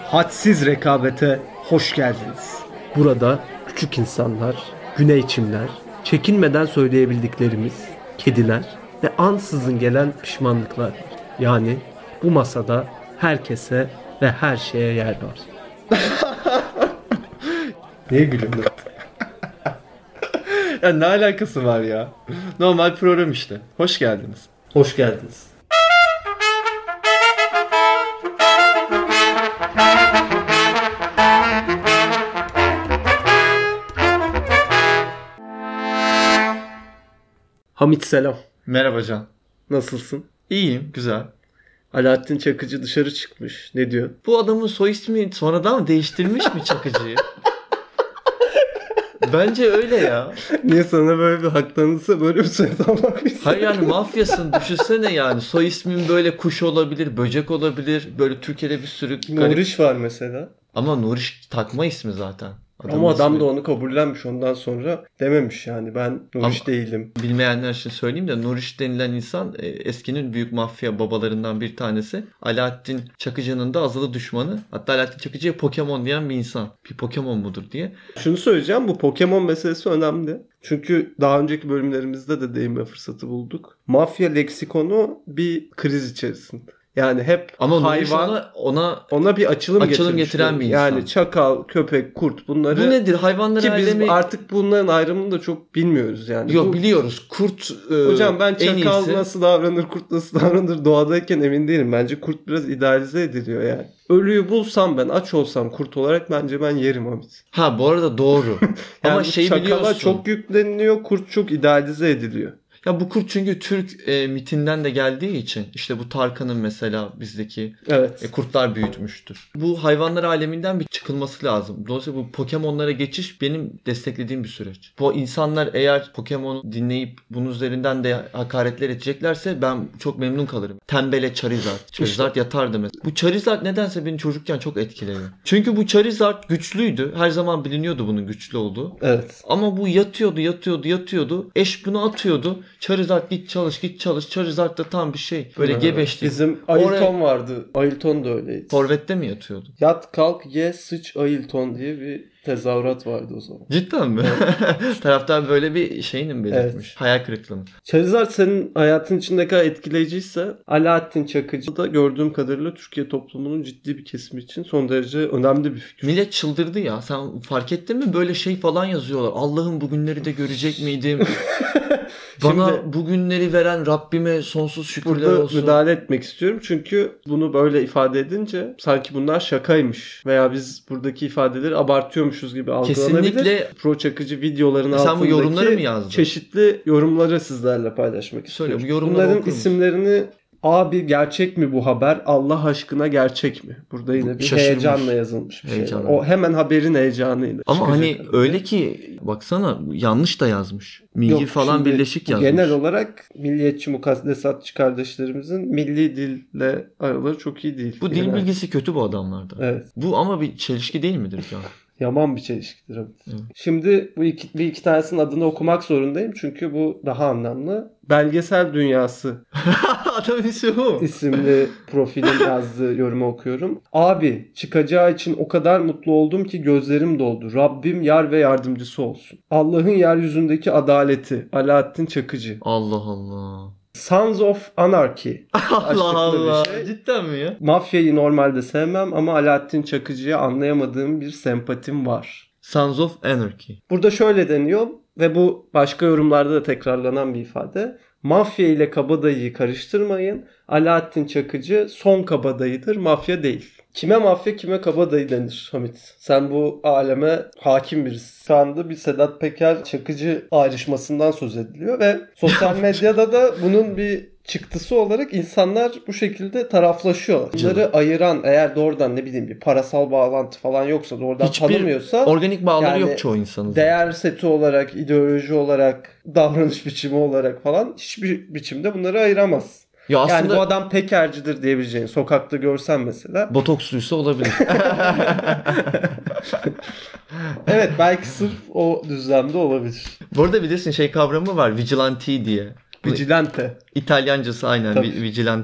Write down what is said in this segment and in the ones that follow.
Hadsiz rekabete hoş geldiniz. Burada küçük insanlar, güneyçimler, çekinmeden söyleyebildiklerimiz, kediler ve ansızın gelen pişmanlıklar var. Yani bu masada herkese ve her şeye yer var. Niye gülüyorsun? Ya ne alakası var ya? Normal program işte. Hoş geldiniz. Hoş geldiniz. Hamit selam. Merhaba Can. Nasılsın? İyiyim, güzel. Alaaddin Çakıcı dışarı çıkmış. Ne diyor? Bu adamın soy ismi sonradan mı değiştirmiş mi Çakıcı'yı? Bence öyle ya. Niye sana böyle bir hak tanısa böyle bir soyadan bakmışsın? Hayır yani mafyasın, düşünsene yani. Soy ismin böyle kuş olabilir, böcek olabilir. Böyle Türkiye'de bir sürü garip. Nuriş var mesela. Ama Nuriş takma ismi zaten. Ama adam da onu kabullenmiş, ondan sonra dememiş yani ben Nuriş değilim. Bilmeyenler için söyleyeyim de Nuriş denilen insan eskinin büyük mafya babalarından bir tanesi. Alaaddin Çakıcı'nın da azılı düşmanı. Hatta Alaaddin Çakıcı'ya Pokemon diyen bir insan. Bir Pokemon mudur diye. Şunu söyleyeceğim, bu Pokemon meselesi önemli. Çünkü daha önceki bölümlerimizde de değinme fırsatı bulduk. Mafya leksikonu bir kriz içerisinde. Yani hep ama hayvan ona bir açılım getiren bir insan. Yani çakal, köpek, kurt bunları. Bu nedir? Hayvanlar ki alemi. Biz artık bunların ayrımını da çok bilmiyoruz yani. Yok biliyoruz. Kurt hocam ben çakal nasıl davranır, kurt nasıl davranır doğadayken emin değilim. Bence kurt biraz idealize ediliyor yani. Ölüyü bulsam ben, aç olsam kurt olarak bence ben yerim Hamit. Ha bu arada doğru. Yani ama çakala biliyorsun. çok yükleniliyor, kurt çok idealize ediliyor. Ya bu kurt çünkü Türk mitinden de geldiği için işte bu Tarkan'ın mesela bizdeki kurtlar büyütmüştür. Bu hayvanlar aleminden bir çıkılması lazım. Dolayısıyla bu Pokemon'lara geçiş benim desteklediğim bir süreç. Bu insanlar eğer Pokemon'u dinleyip bunun üzerinden de hakaretler edeceklerse ben çok memnun kalırım. Tembele Charizard. Charizard yatardı mesela. Bu Charizard nedense beni çocukken çok etkiledi. Çünkü bu Charizard güçlüydü. Her zaman biliniyordu bunun güçlü olduğu. Evet. Ama bu yatıyordu. Eş bunu atıyordu. Charizard git çalış. Charizard da tam bir şey. Böyle gebeşti. Bizim Ailton vardı. Ailton da öyleydi. Forvet'te mi yatıyordu? Yat kalk ye sıç Ailton diye bir tezahürat vardı o zaman. Cidden mi? Evet. Taraftar böyle bir şeyini mi belirtmiş? Evet. Hayal kırıklığı mı? Charizard senin hayatın içinde kadar etkileyiciyse Alaaddin Çakıcı da gördüğüm kadarıyla Türkiye toplumunun ciddi bir kesimi için son derece önemli bir figür. Millet çıldırdı ya. Sen fark ettin mi? Böyle şey falan yazıyorlar. Allah'ım bugünleri de görecek miydim? Bana şimdi, bugünleri veren Rabbime sonsuz şükürler burada olsun. Burada müdahale etmek istiyorum. Çünkü bunu böyle ifade edince sanki bunlar şakaymış. Veya biz buradaki ifadeleri abartıyormuşuz gibi algılanabilir. Kesinlikle. Pro Çakıcı videoların altındaki sen bu yorumları mı yazdın? Çeşitli yorumları sizlerle paylaşmak istiyorum. Söyle, bu yorumları bunların isimlerini... Abi gerçek mi bu haber? Allah aşkına gerçek mi? Burada yine bir heyecanla yazılmış bir şey. O hemen haberin heyecanıyla. Ama hani öyle ki baksana yanlış da yazmış. Milli falan birleşik yazmış. Genel olarak milliyetçi mukaddesatçı kardeşlerimizin milli dille araları çok iyi değil. Bu dil bilgisi kötü bu adamlarda. Evet. Bu ama bir çelişki değil midir ya? Yaman bir çelişkidir. Evet. Şimdi bu iki tanesinin adını okumak zorundayım. Çünkü bu daha anlamlı. Belgesel Dünyası adamın ismi bu. İsimli profilin yazdığı yorumu okuyorum. Abi çıkacağı için o kadar mutlu oldum ki gözlerim doldu. Rabbim yar ve yardımcısı olsun. Allah'ın yeryüzündeki adaleti. Alaaddin Çakıcı. Allah Allah. Sons of Anarchy. Allah Allah. Şey. Cidden mi ya? Mafyayı normalde sevmem ama Alaaddin Çakıcı'ya anlayamadığım bir sempatim var. Sons of Anarchy. Burada şöyle deniyor ve bu başka yorumlarda da tekrarlanan bir ifade. Mafya ile kabadayıyı karıştırmayın. Alaaddin Çakıcı son kabadayıdır, mafya değil. Kime mafya kime kabadayı denir Hamit? Sen bu aleme hakim birisin. Şu anda bir Sedat Peker Çakıcı ayrışmasından söz ediliyor ve sosyal medyada da bunun bir çıktısı olarak insanlar bu şekilde taraflaşıyor. Bunları ayıran eğer doğrudan ne bileyim bir parasal bağlantı falan yoksa doğrudan tanımıyorsa organik bağları yok çoğu insanın. Değer seti olarak, ideoloji olarak, davranış biçimi olarak falan hiçbir biçimde bunları ayıramaz. Ya aslında, yani bu adam Pekercidir diyebileceğin sokakta görsen mesela. Botoksluysa olabilir. Evet belki sırf o düzlemde olabilir. Bu arada bilirsin kavramı var vigilante diye. Vigilante. İtalyancası aynen vigilante.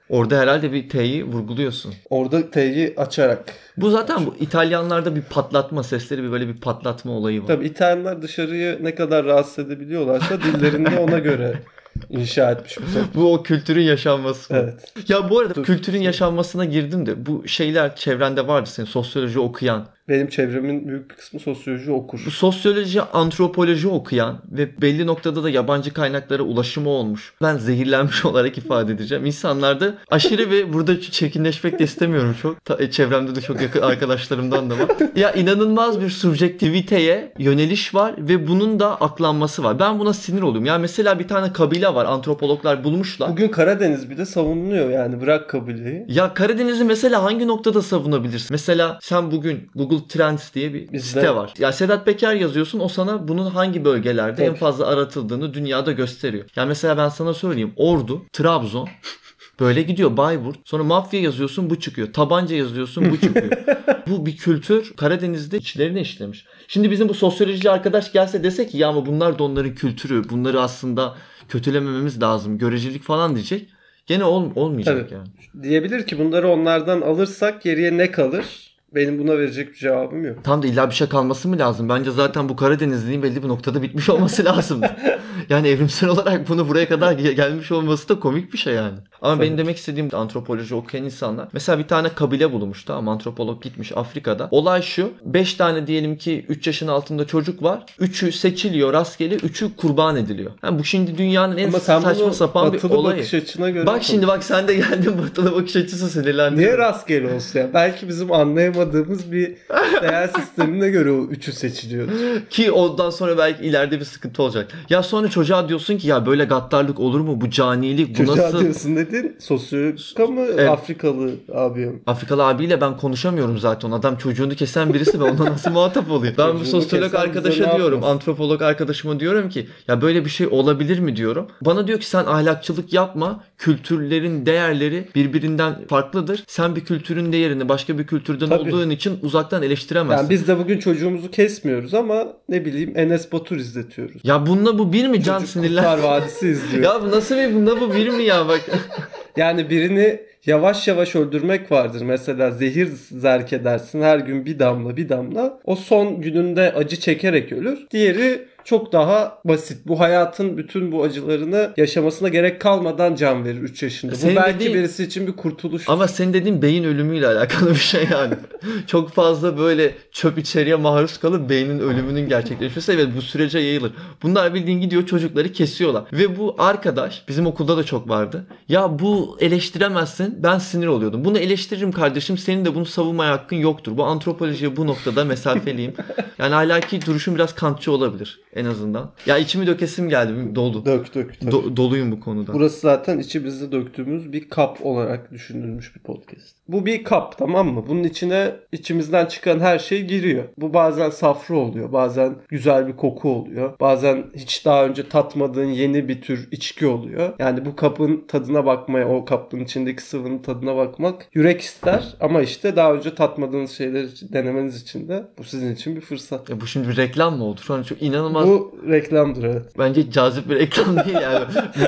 Orada herhalde bir T'yi vurguluyorsun. Orada T'yi açarak. Bu zaten bu İtalyanlarda bir patlatma sesleri, bir böyle bir patlatma olayı var. Tabii İtalyanlar dışarıyı ne kadar rahatsız edebiliyorlarsa dillerinde ona göre inşa etmiş bu o kültürün yaşanması. Evet. Ya bu arada kültürün yaşanmasına girdim de bu şeyler çevrende vardı senin sosyoloji okuyan. Benim çevremin büyük bir kısmı sosyoloji okur. Bu sosyoloji, antropoloji okuyan ve belli noktada da yabancı kaynaklara ulaşımı olmuş. Ben zehirlenmiş olarak ifade edeceğim. İnsanlarda aşırı ve burada çirkinleşmek de istemiyorum çok. Çevremde de çok yakın arkadaşlarımdan da var. Ya inanılmaz bir subjektiviteye yöneliş var ve bunun da aklanması var. Ben buna sinir oluyorum. Ya mesela bir tane kabile var. Antropologlar bulmuşlar. Bugün Karadeniz bir de savunuluyor yani. Bırak kabileyi. Ya Karadeniz'i mesela hangi noktada savunabilirsin? Mesela sen bugün Google Trends diye bir site var. Ya Sedat Peker yazıyorsun, o sana bunun hangi bölgelerde en fazla aratıldığını dünyada gösteriyor. Ya mesela ben sana söyleyeyim. Ordu, Trabzon böyle gidiyor, Bayburt. Sonra mafya yazıyorsun, bu çıkıyor. Tabanca yazıyorsun, bu çıkıyor. Bu bir kültür Karadeniz'de içlerine işlemiş. Şimdi bizim bu sosyoloji arkadaş gelse dese ki ya ama bunlar da onların kültürü. Bunları aslında kötülemememiz lazım. Görecilik falan diyecek. Gene olmayacak tabii. Yani. Diyebilir ki bunları onlardan alırsak geriye ne kalır? Benim buna verecek bir cevabım yok. Tam da illa bir şey kalması mı lazım? Bence zaten bu Karadenizliğin belli bir noktada bitmiş olması lazım. Yani evrimsel olarak bunu buraya kadar gelmiş olması da komik bir şey yani. Ama tabii. Benim demek istediğim antropoloji okuyan insanlar. Mesela bir tane kabile bulmuş, tamam, antropolog gitmiş Afrika'da. Olay şu: 5 tane diyelim ki 3 yaşın altında çocuk var. 3'ü seçiliyor rastgele, 3'ü kurban ediliyor. Yani bu şimdi dünyanın en saçma sapan bir olayı. Bakış açına göre. Bak şimdi bak sen de geldin batılı bakış açısı sinirlendi. Niye rastgele olsun ya? Belki bizim anlayamadığımız bir değer sistemine göre o 3'ü seçiliyor. Ki ondan sonra belki ileride bir sıkıntı olacak. Ya sonra çocuğa diyorsun ki ya böyle gaddarlık olur mu? Bu canilik, bu çocuğa nasıl? Çocuğa diyorsun dedin. Sosyolojika mı? Evet. Afrikalı abi. Afrikalı abiyle ben konuşamıyorum zaten. Adam çocuğunu kesen birisi ve onunla nasıl muhatap olayım? Ben bu sosyolog arkadaşa diyorum, antropolog arkadaşıma diyorum ki ya böyle bir şey olabilir mi diyorum. Bana diyor ki sen ahlakçılık yapma. Kültürlerin değerleri birbirinden farklıdır. Sen bir kültürün değerini başka bir kültürden olduğun için uzaktan eleştiremezsin. Yani biz de bugün çocuğumuzu kesmiyoruz ama ne bileyim Enes Batur izletiyoruz. Ya bununla bu bir mi can sinirler? Kurtlar Vadisi izliyor. Ya bu nasıl bir, bunda bu bir mi ya bak. Yani birini yavaş yavaş öldürmek vardır. Mesela zehir zerk edersin, her gün bir damla bir damla. O son gününde acı çekerek ölür. Diğeri çok daha basit. Bu hayatın bütün bu acılarını yaşamasına gerek kalmadan can verir 3 yaşında. Bu belki birisi için bir kurtuluş. Ama senin dediğin beyin ölümüyle alakalı bir şey yani. Çok fazla böyle çöp içeriğe maruz kalıp beynin ölümünün gerçekleşmesi, evet, bu sürece yayılır. Bunlar bildiğin gidiyor çocukları kesiyorlar. Ve bu arkadaş bizim okulda da çok vardı. Ya bu eleştiremezsin. Ben sinir oluyordum. Bunu eleştiririm kardeşim. Senin de bunu savunmaya hakkın yoktur. Bu antropolojiye bu noktada mesafeliyim. Yani ahlaki duruşum biraz kantçı olabilir. En azından. Ya içimi dökesim geldi. Dolu. Dök. Doluyum bu konuda. Burası zaten içimizde döktüğümüz bir kap olarak düşünülmüş bir podcast. Bu bir kap, tamam mı? Bunun içine içimizden çıkan her şey giriyor. Bu bazen safra oluyor. Bazen güzel bir koku oluyor. Bazen hiç daha önce tatmadığın yeni bir tür içki oluyor. Yani bu kapın tadına bakmaya, o kapın içindeki sıvının tadına bakmak yürek ister. Ama işte daha önce tatmadığınız şeyleri denemeniz için de bu sizin için bir fırsat. Bu şimdi bir reklam mı oldu? Şu an çok inanılmaz. Bu reklamdır, evet. Bence cazip bir reklam değil yani.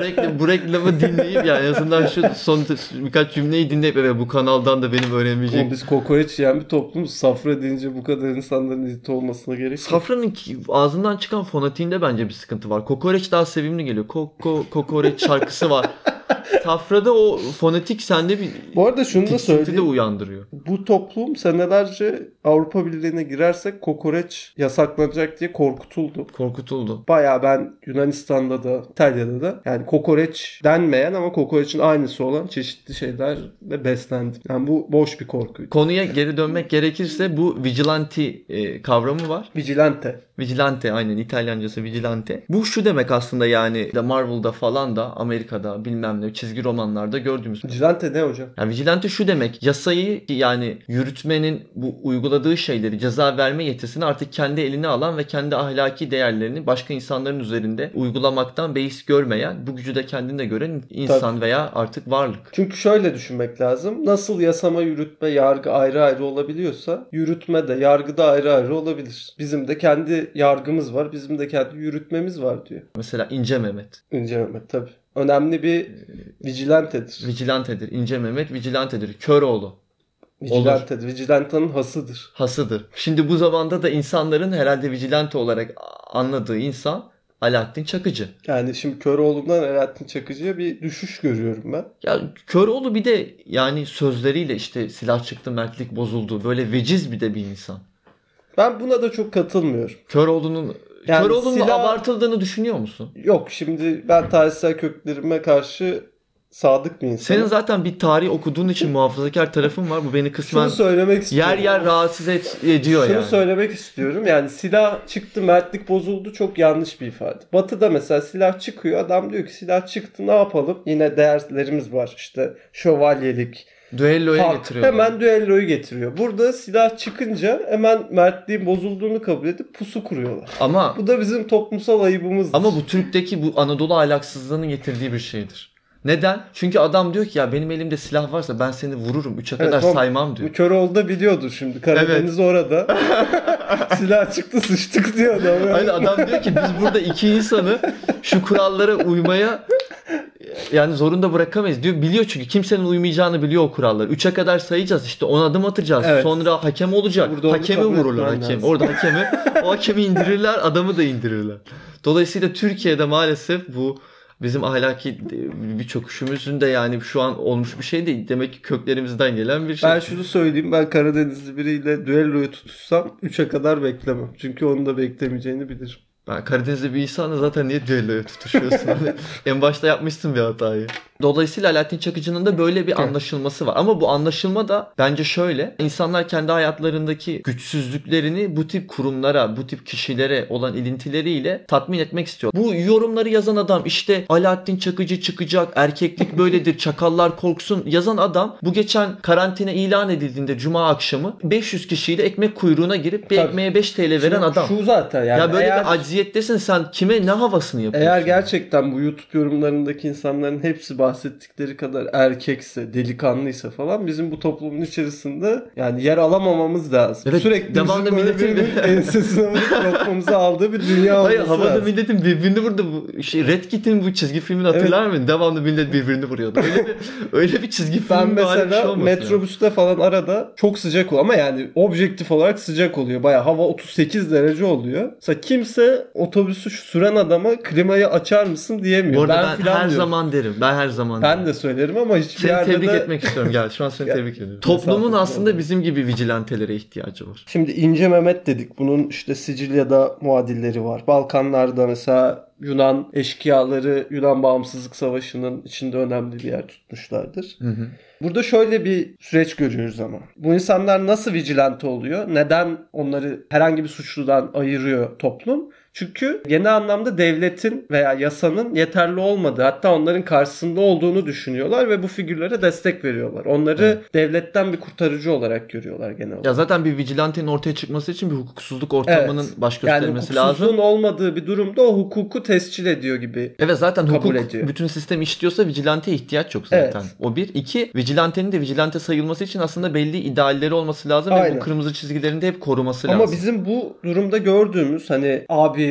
bu reklamı dinleyip yani en azından şu son birkaç cümleyi dinleyip evet bu kanaldan da benim öğrenebileceğim. Biz kokoreç yiyen bir toplumuz. Safra deyince bu kadar insanların editi olmasına gerek yok. Safranın ağzından çıkan fonetiğinde bence bir sıkıntı var. Kokoreç daha sevimli geliyor. Kokoreç şarkısı var. Safrada o fonetik sende bir bu arada şunu da söyleyeyim, de uyandırıyor. Bu toplum senelerce Avrupa Birliği'ne girersek kokoreç yasaklanacak diye korkutuldu. Bayağı ben Yunanistan'da da İtalya'da da yani kokoreç denmeyen ama kokoreçin aynısı olan çeşitli şeylerle beslendim. Yani bu boş bir korkuydu. Konuya geri dönmek gerekirse bu vigilante kavramı var. Vigilante aynen, İtalyancası vigilante. Bu şu demek aslında, yani Marvel'da falan da Amerika'da bilmem ne çizgi romanlarda gördüğümüz. Vigilante ne hocam? Yani vigilante şu demek: yasayı yani yürütmenin bu uyguladığı şeyleri, ceza verme yetisini artık kendi eline alan ve kendi ahlaki değerlerini başka insanların üzerinde uygulamaktan beis görmeyen, bu gücü de kendine gören insan. Tabii. Veya artık varlık. Çünkü şöyle düşünmek lazım. Nasıl yasama, yürütme, yargı ayrı ayrı olabiliyorsa yürütme de yargı da ayrı ayrı olabilir. Bizim de kendi kendi yargımız var. Bizim de kendi yürütmemiz var diyor. Mesela İnce Mehmet. İnce Mehmet tabii. Önemli bir vigilantedir. Vigilantedir. İnce Mehmet vigilantedir. Köroğlu. Vigilantedir. Vigilantanın hasıdır. Hasıdır. Şimdi bu zamanda da insanların herhalde vigilante olarak anladığı insan Alaaddin Çakıcı. Yani şimdi Köroğlu'ndan Alaaddin Çakıcı'ya bir düşüş görüyorum ben. Ya Köroğlu bir de yani sözleriyle işte silah çıktı, mertlik bozuldu. Böyle veciz bir de bir insan. Ben buna da çok katılmıyorum. Köroğlu'nun abartıldığını düşünüyor musun? Yok, şimdi ben tarihsel köklerime karşı sadık bir insanım. Senin zaten bir tarih okuduğun için muhafazakar tarafın var. Bu beni kısmen şunu söylemek istiyorum. Yer rahatsız ediyor şunu yani. Şunu söylemek istiyorum. Yani silah çıktı, mertlik bozuldu çok yanlış bir ifade. Batı'da mesela silah çıkıyor. Adam diyor ki silah çıktı, ne yapalım? Yine değerlerimiz var. İşte şövalyelik. Düelloya getiriyor. Hemen düelloyu getiriyor. Burada silah çıkınca hemen mertliğin bozulduğunu kabul edip pusu kuruyorlar. Ama bu da bizim toplumsal ayıbımızdır. Ama bu Türk'teki bu Anadolu ahlaksızlığının getirdiği bir şeydir. Neden? Çünkü adam diyor ki ya benim elimde silah varsa ben seni vururum. 3'e kadar saymam diyor. Bu Köroğlu da biliyordur şimdi. Karadeniz orada. Silah çıktı sıçtık diyor adam. Hayır, adam diyor ki biz burada iki insanı şu kurallara uymaya yani zorunda bırakamayız diyor. Biliyor çünkü kimsenin uymayacağını biliyor o kuralları. 3'e kadar sayacağız işte 10 adım atacağız. Evet. Sonra hakem olacak. Burada hakemi vururlar hakem. Orada o hakemi indirirler, adamı da indirirler. Dolayısıyla Türkiye'de maalesef bu bizim ahlaki bir çöküşümüzün de yani şu an olmuş bir şey değil. Demek ki köklerimizden gelen bir şey. Ben şunu söyleyeyim. Ben Karadenizli biriyle düelloya tutuşsam 3'e kadar beklemem. Çünkü onu da beklemeyeceğini bilirim. Ben Karadenizli bir insanla zaten niye düelloya tutuşuyorsun? En başta yapmışsın bir hatayı. Dolayısıyla Alaaddin Çakıcı'nın da böyle bir anlaşılması var. Ama bu anlaşılma da bence şöyle. İnsanlar kendi hayatlarındaki güçsüzlüklerini bu tip kurumlara, bu tip kişilere olan ilintileriyle tatmin etmek istiyor. Bu yorumları yazan adam işte Alaaddin Çakıcı çıkacak, erkeklik böyledir, çakallar korksun yazan adam bu geçen karantina ilan edildiğinde cuma akşamı 500 kişiyle ekmek kuyruğuna girip bir ekmeğe 5 TL veren adam. Şu zaten yani. Ya böyle bir acziyettesin sen kime ne havasını yapıyorsun? Eğer gerçekten bu YouTube yorumlarındaki insanların hepsi bahsettikleri kadar erkekse, delikanlıysa falan bizim bu toplumun içerisinde yani yer alamamamız lazım. Evet, sürekli devamlı milletin ensesine vurup lokmamızı aldığı bir dünya olması lazım. Havada milletin birbirini vurdu. Red Kit'in bu çizgi filmini hatırlar mısın? Devamlı millet birbirini vuruyordu. Öyle bir çizgi film. Ben mesela metrobüste falan arada çok sıcak oluyor ama yani objektif olarak sıcak oluyor. Bayağı hava 38 derece oluyor. Mesela kimse otobüsü süren adama klimayı açar mısın diyemiyor. Bu arada ben her zaman derim. Ben de söylerim ama hiçbir yerde tebrik etmek istiyorum. Gel şu an seni tebrik ediyorum. Toplumun aslında bizim gibi vigilantelere ihtiyacı var. Şimdi İnce Mehmet dedik. Bunun işte Sicilya'da muadilleri var. Balkanlarda mesela Yunan eşkıyaları Yunan Bağımsızlık Savaşı'nın içinde önemli bir yer tutmuşlardır. Hı hı. Burada şöyle bir süreç görüyoruz ama. Bu insanlar nasıl vigilante oluyor? Neden onları herhangi bir suçludan ayırıyor toplum? Çünkü genel anlamda devletin veya yasanın yeterli olmadığı, hatta onların karşısında olduğunu düşünüyorlar ve bu figürlere destek veriyorlar. Onları devletten bir kurtarıcı olarak görüyorlar genel olarak. Ya zaten bir vigilantenin ortaya çıkması için bir hukuksuzluk ortamının baş göstermesi lazım. Yani hukuksuzluğun olmadığı bir durumda o hukuku tescil ediyor gibi. Evet, zaten hukuk ediyor. Bütün sistem işliyorsa vigilanteye ihtiyaç yok zaten. Evet. O bir. İki, vigilantenin de vigilante sayılması için aslında belli idealleri olması lazım. Aynen. Ve bu kırmızı çizgilerini de hep koruması lazım. Ama bizim bu durumda gördüğümüz hani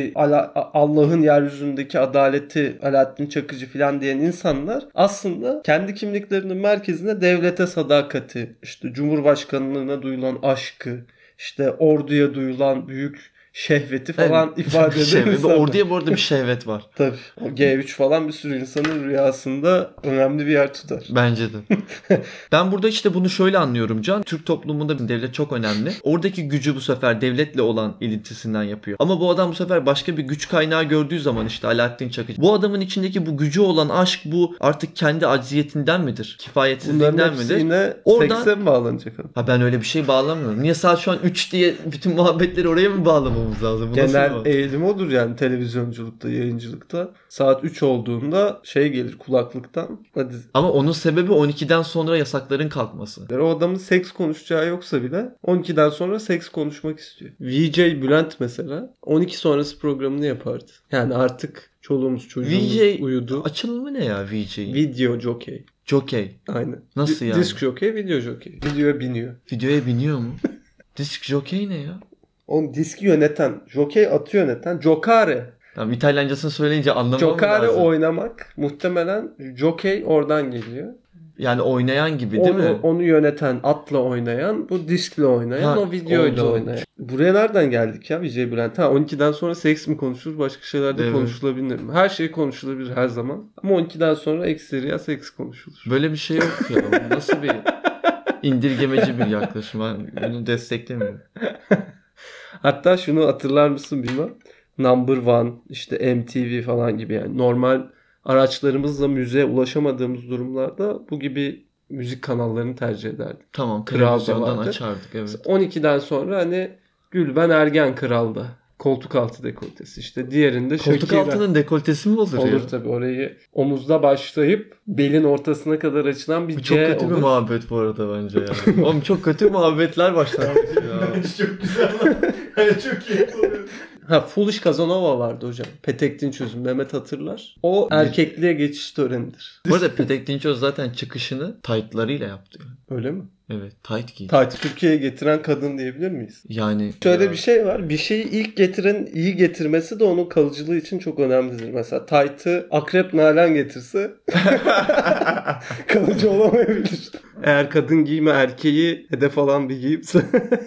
Allah'ın yeryüzündeki adaleti Alaaddin Çakıcı falan diyen insanlar aslında kendi kimliklerinin merkezine devlete sadakati, işte Cumhurbaşkanlığına duyulan aşkı, işte orduya duyulan büyük şehveti falan ifade eden insanlar. Orduya bu arada bir şehvet var. Tabii. O G3 falan bir sürü insanın rüyasında önemli bir yer tutar. Bence de. Ben burada işte bunu şöyle anlıyorum Can. Türk toplumunda devlet çok önemli. Oradaki gücü bu sefer devletle olan ilintisinden yapıyor. Ama bu adam bu sefer başka bir güç kaynağı gördüğü zaman işte Alaaddin Çakıcı. Bu adamın içindeki bu gücü olan aşk bu artık kendi acziyetinden midir? Kifayetsizliğinden midir? Yine oradan sekse mi bağlanacak? Ha, ben öyle bir şey bağlamıyorum. Niye saat şu an 3 diye bütün muhabbetleri oraya mı bağlamam lazım? Bu genel eğilim odur yani televizyonculukta, yayıncılıkta. Saat 3 olduğunda gelir kulaklıktan. Hadi. Ama onun sebebi 12'den sonra yasakların kalkması. O adamın seks konuşacağı yoksa bile 12'den sonra seks konuşmak istiyor. VJ Bülent mesela 12 sonrası programını yapardı. Yani artık çoluğumuz çocuğumuz uyudu. Açılımı ne ya VJ? Video jockey. Jockey. Aynen. Nasıl yani? Disk jockey, video jockey. Videoya biniyor. Videoya biniyor mu? Disk jockey ne ya? Onun diski yöneten, jokey atı yöneten giocare. Tamam, İtalyancasını söyleyince anlamam giocare lazım. oynamak, muhtemelen jokey oradan geliyor. Yani oynayan gibi değil mi? Onu yöneten, atla oynayan, bu diskle oynayan, o videoyla oynayan. Buraya nereden geldik ya Vijay Bülent? 12'den sonra seks mi konuşuruz? Başka şeyler de konuşulabilir mi? Her şey konuşulabilir her zaman. Ama 12'den sonra ekseriya seks konuşulur. Böyle bir şey yok ya. Nasıl bir indirgemeci bir yaklaşım. Ben bunu desteklemiyorum. Hatta şunu hatırlar mısın bilmem. Number One, işte MTV falan gibi, yani normal araçlarımızla müziğe ulaşamadığımız durumlarda bu gibi müzik kanallarını tercih ederdik. Tamam, televizyondan açardık, evet. 12'den sonra hani Gülben Ergen Kral'da koltuk altı dekoltesi, işte diğerinde koltuk altının dekoltesi mi olur ya? Olur tabii, orayı omuzda başlayıp belin ortasına kadar açılan bir bu çok kötü bir muhabbet bu arada bence ya. Oğlum çok kötü muhabbetler başlamış ya. Bence çok güzel. Yani çok iyi oluyor. Foolish Casanova vardı hocam. Petek Dinçöz'ün, Mehmet hatırlar. O erkekliğe geçiş törenidir. Bu arada Petek Dinçöz zaten çıkışını taytlarıyla yaptı. Öyle mi? Evet, tayt giydi. Tayt'ı Türkiye'ye getiren kadın diyebilir miyiz? Yani şöyle bir şey var. Bir şeyi ilk getiren iyi getirmesi de onun kalıcılığı için çok önemlidir. Mesela Tayt'ı Akrep Nalan getirse kalıcı olamayabilir. Eğer kadın giyme erkeği hedef alan bir giyipse.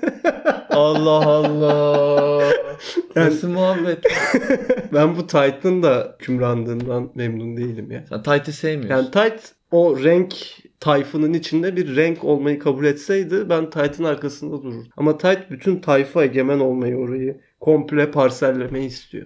Allah Allah. Nasıl muhabbet? Ben bu Tayt'ın da kümrandığından memnun değilim ya. Sen Tayt'ı sevmiyorsun. Yani Tayt o renk tayfının içinde bir renk olmayı kabul etseydi ben Tayt'ın arkasında dururdum. Ama Tayt bütün tayfa egemen olmayı, orayı komple parsellemeyi istiyor.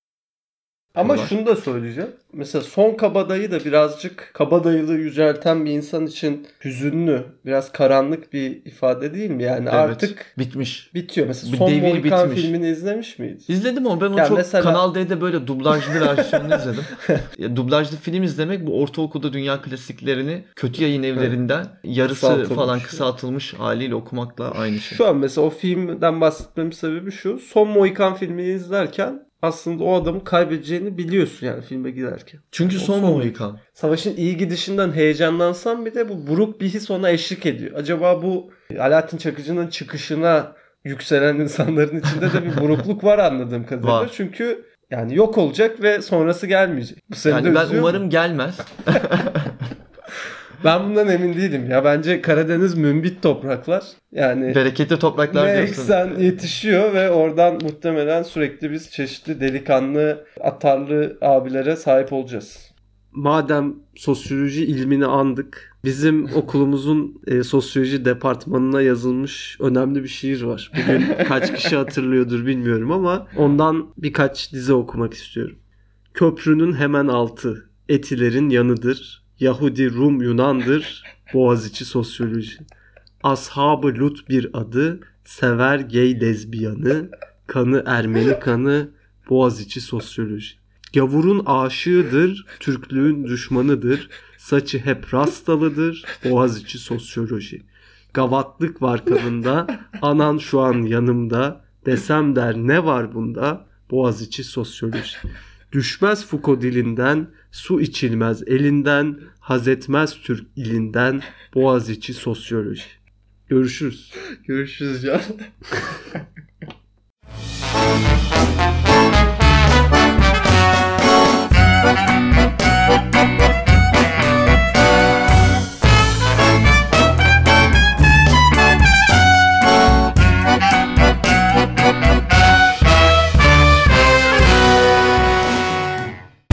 Ama şunu da söyleyeceğim. Mesela Son Kabadayı da birazcık kabadayılığı yücelten bir insan için hüzünlü, biraz karanlık bir ifade değil mi? Yani evet, artık bitiyor. Mesela Son Mohikan filmini izlemiş miydin? İzledim ama ben onu yani çok mesela... Kanal D'de böyle dublajlı versiyonunu izledim. Dublajlı film izlemek, bu ortaokulda dünya klasiklerini kötü yayın evlerinden yarısı falan kısaltılmış haliyle okumakla aynı şey. Şu an mesela o filmden bahsetmemin sebebi şu. Son Mohikan filmini izlerken aslında o adamı kaybedeceğini biliyorsun yani filme giderken. Çünkü son Mohikan. Savaşın iyi gidişinden heyecanlansan bir de bu buruk bir his ona eşlik ediyor. Acaba bu Alaaddin Çakıcı'nın çıkışına yükselen insanların içinde de bir burukluk var anladığım kadarıyla. Var. Çünkü yani yok olacak ve sonrası gelmeyecek. Bu yani ben umarım gelmez. Ben bundan emin değilim ya. Bence Karadeniz mümbit topraklar. Yani bereketli topraklar diyorsun. Eksen yetişiyor ve oradan muhtemelen sürekli biz çeşitli delikanlı, atarlı abilere sahip olacağız. Madem sosyoloji ilmini andık, bizim okulumuzun sosyoloji departmanına yazılmış önemli bir şiir var. Bugün kaç kişi hatırlıyordur bilmiyorum ama ondan birkaç dize okumak istiyorum. Köprünün hemen altı, Etilerin yanıdır. Yahudi, Rum, Yunan'dır, Boğaziçi sosyoloji. Ashab-ı Lut bir adı, sever gay lezbiyanı, kanı Ermeni kanı, Boğaziçi sosyoloji. Gavurun aşığıdır, Türklüğün düşmanıdır, saçı hep rastalıdır, Boğaziçi sosyoloji. Gavatlık var kanında, anan şu an yanımda, desem der ne var bunda, Boğaziçi sosyoloji. Düşmez Foucault dilinden, su içilmez elinden, haz etmez Türk ilinden, Boğaziçi sosyoloji. Görüşürüz. Görüşürüz can.